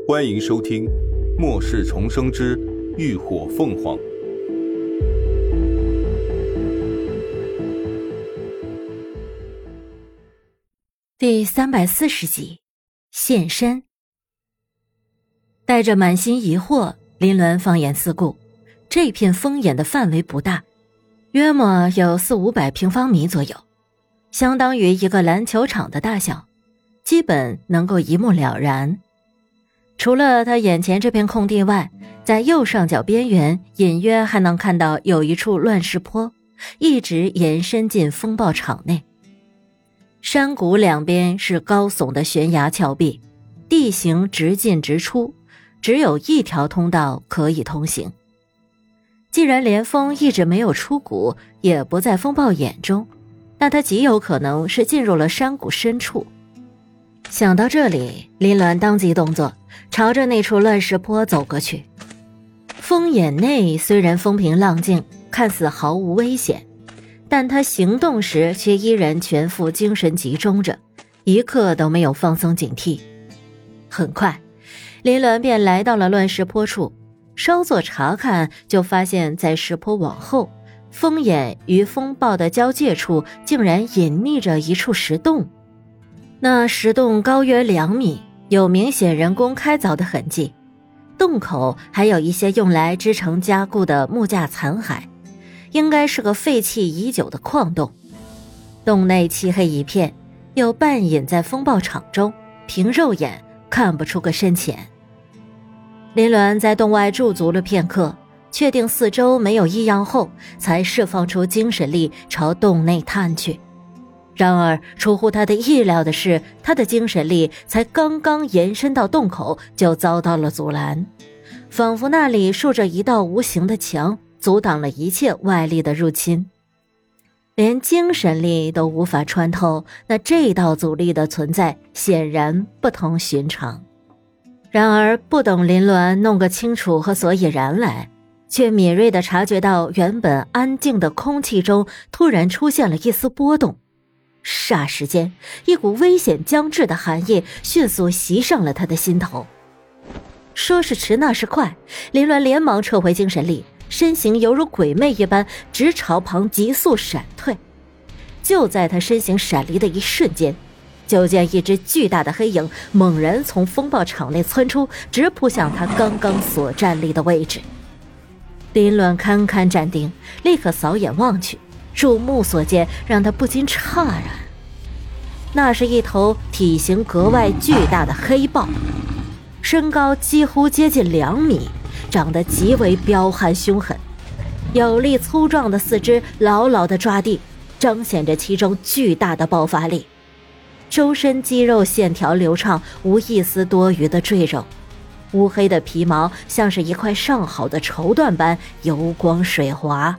欢迎收听《末世重生之浴火凤凰》 第340集现身。带着满心疑惑，林鸾放眼四顾，这片风眼的范围不大，约莫有400-500平方米左右，相当于一个篮球场的大小，基本能够一目了然。除了他眼前这片空地外，在右上角边缘隐约还能看到有一处乱石坡，一直延伸进风暴场内。山谷两边是高耸的悬崖峭壁，地形直进直出，只有一条通道可以通行。既然连峰一直没有出谷，也不在风暴眼中，那他极有可能是进入了山谷深处。想到这里，林鸾当即动作，朝着那处乱石坡走过去。风眼内虽然风平浪静，看似毫无危险，但他行动时却依然全副精神集中着，一刻都没有放松警惕。很快，林鸾便来到了乱石坡处，稍作查看，就发现在石坡往后，风眼与风暴的交界处竟然隐匿着一处石洞。那石洞高约2米，有明显人工开凿的痕迹，洞口还有一些用来支撑加固的木架残骸，应该是个废弃已久的矿洞。洞内漆黑一片，又半隐在风暴场中，凭肉眼看不出个深浅。林鸾在洞外驻足了片刻，确定四周没有异样后，才释放出精神力朝洞内探去。然而出乎他的意料的是，他的精神力才刚刚延伸到洞口，就遭到了阻拦，仿佛那里竖着一道无形的墙，阻挡了一切外力的入侵。连精神力都无法穿透，那这道阻力的存在显然不同寻常。然而不等林鸾弄个清楚和所以然来，却敏锐地察觉到原本安静的空气中突然出现了一丝波动。霎时间，一股危险将至的寒意迅速袭上了他的心头。说是迟那是快，林鸾连忙撤回精神力，身形犹如鬼魅一般直朝旁急速闪退。就在他身形闪离的一瞬间，就见一只巨大的黑影猛然从风暴场内窜出，直扑向他刚刚所站立的位置。林鸾堪堪站定，立刻扫眼望去，入目所见让他不禁诧然，那是一头体型格外巨大的黑豹，身高几乎接近2米，长得极为彪悍凶狠，有力粗壮的四肢牢牢地抓地，彰显着其中巨大的爆发力。周身肌肉线条流畅，无一丝多余的赘肉，乌黑的皮毛像是一块上好的绸缎般油光水滑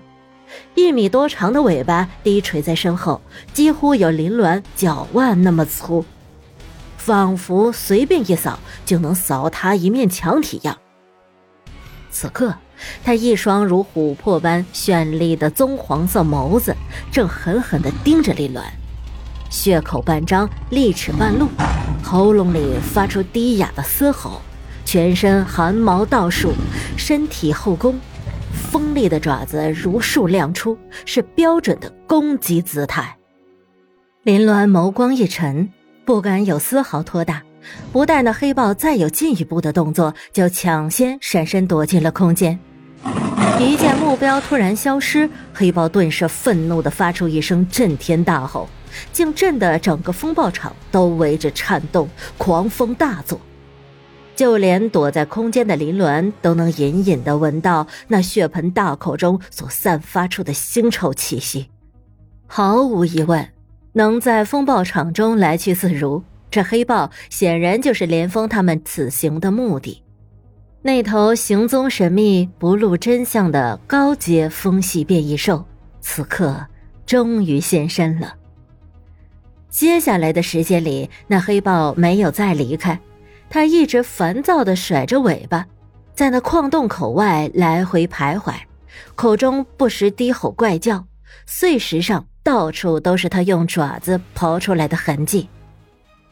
，1米多长的尾巴低垂在身后，几乎有林鸾脚腕那么粗，仿佛随便一扫就能扫他一面墙体样。此刻他一双如琥珀般绚丽的棕黄色眸子正狠狠地盯着林鸾，血口半张，利齿半露，喉咙里发出低哑的嘶吼，全身汗毛倒竖，身体后弓，锋利的爪子如数亮出，是标准的攻击姿态。林鸾眸光一沉，不敢有丝毫拖大，不待那黑豹再有进一步的动作，就抢先闪身躲进了空间。一见目标突然消失，黑豹顿时愤怒地发出一声震天大吼，竟震得整个风暴场都为之颤动，狂风大作。就连躲在空间的林鸾都能隐隐地闻到那血盆大口中所散发出的腥臭气息。毫无疑问，能在风暴场中来去自如，这黑豹显然就是连峰他们此行的目的。那头行踪神秘、不露真相的高阶风系变异兽，此刻终于现身了。接下来的时间里，那黑豹没有再离开，他一直烦躁地甩着尾巴，在那矿洞口外来回徘徊，口中不时低吼怪叫，碎石上到处都是他用爪子刨出来的痕迹。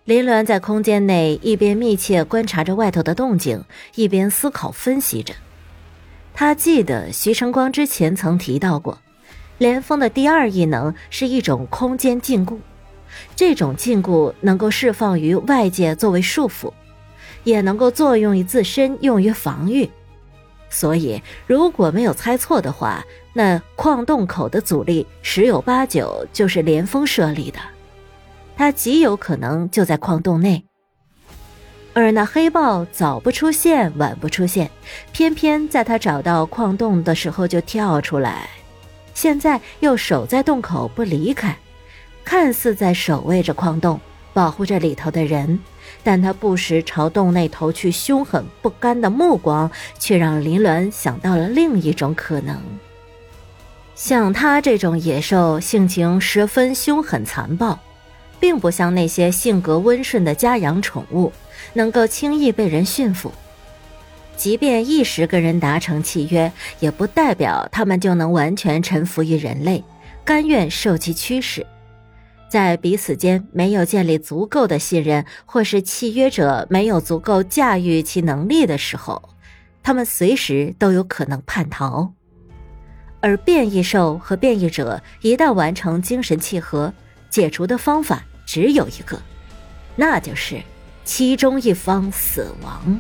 林鸾在空间内一边密切观察着外头的动静，一边思考分析着。他记得徐成光之前曾提到过，连峰的第二异能是一种空间禁锢，这种禁锢能够释放于外界作为束缚，也能够作用于自身，用于防御。所以如果没有猜错的话，那矿洞口的阻力十有八九就是连峰设立的，他极有可能就在矿洞内。而那黑豹早不出现晚不出现，偏偏在他找到矿洞的时候就跳出来，现在又守在洞口不离开，看似在守卫着矿洞，保护着里头的人，但他不时朝洞内投去凶狠不甘的目光，却让林鸾想到了另一种可能。像他这种野兽性情十分凶狠残暴，并不像那些性格温顺的家养宠物能够轻易被人驯服。即便一时跟人达成契约，也不代表他们就能完全臣服于人类，甘愿受其驱使。在彼此间没有建立足够的信任，或是契约者没有足够驾驭其能力的时候，他们随时都有可能叛逃。而变异兽和变异者一旦完成精神契合，解除的方法只有一个，那就是其中一方死亡。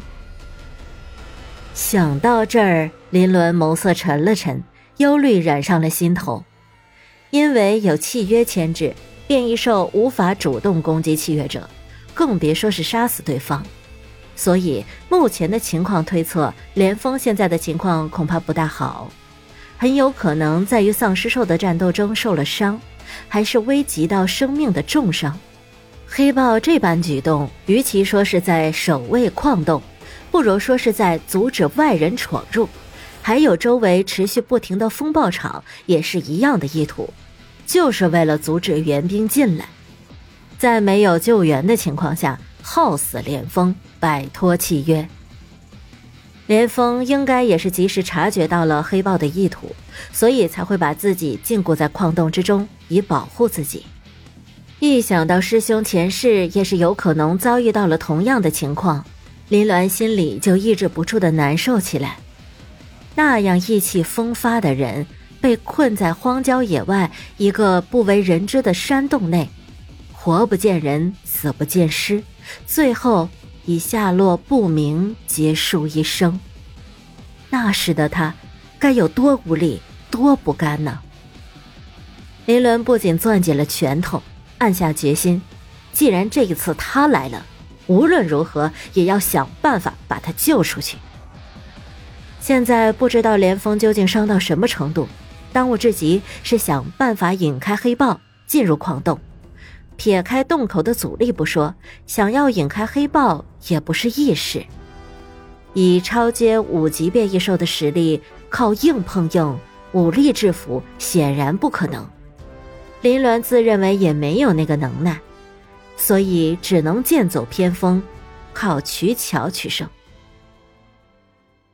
想到这儿，林鸾眸色沉了沉，忧虑染上了心头。因为有契约牵制，变异兽无法主动攻击契约者，更别说是杀死对方。所以目前的情况推测，连峰现在的情况恐怕不大好，很有可能在与丧尸兽的战斗中受了伤，还是危及到生命的重伤。黑豹这般举动，与其说是在守卫矿洞，不如说是在阻止外人闯入，还有周围持续不停的风暴场也是一样的意图，就是为了阻止援兵进来，在没有救援的情况下耗死连峰，摆脱契约。连峰应该也是及时察觉到了黑豹的意图，所以才会把自己禁锢在矿洞之中，以保护自己。一想到师兄前世也是有可能遭遇到了同样的情况，林鸾心里就抑制不住的难受起来。那样意气风发的人，被困在荒郊野外一个不为人知的山洞内，活不见人，死不见尸，最后以下落不明结束一生。那时的他该有多无力，多不甘呢？林鸾不仅攥紧了拳头，暗下决心，既然这一次他来了，无论如何也要想办法把他救出去。现在不知道连峰究竟伤到什么程度，当务之急是想办法引开黑豹，进入矿洞。撇开洞口的阻力不说，想要引开黑豹也不是易事。以超阶5级变异兽的实力，靠硬碰硬武力制服显然不可能。林鸾自认为也没有那个能耐，所以只能剑走偏锋，靠取巧取胜。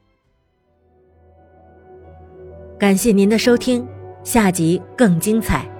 感谢您的收听，下集更精彩。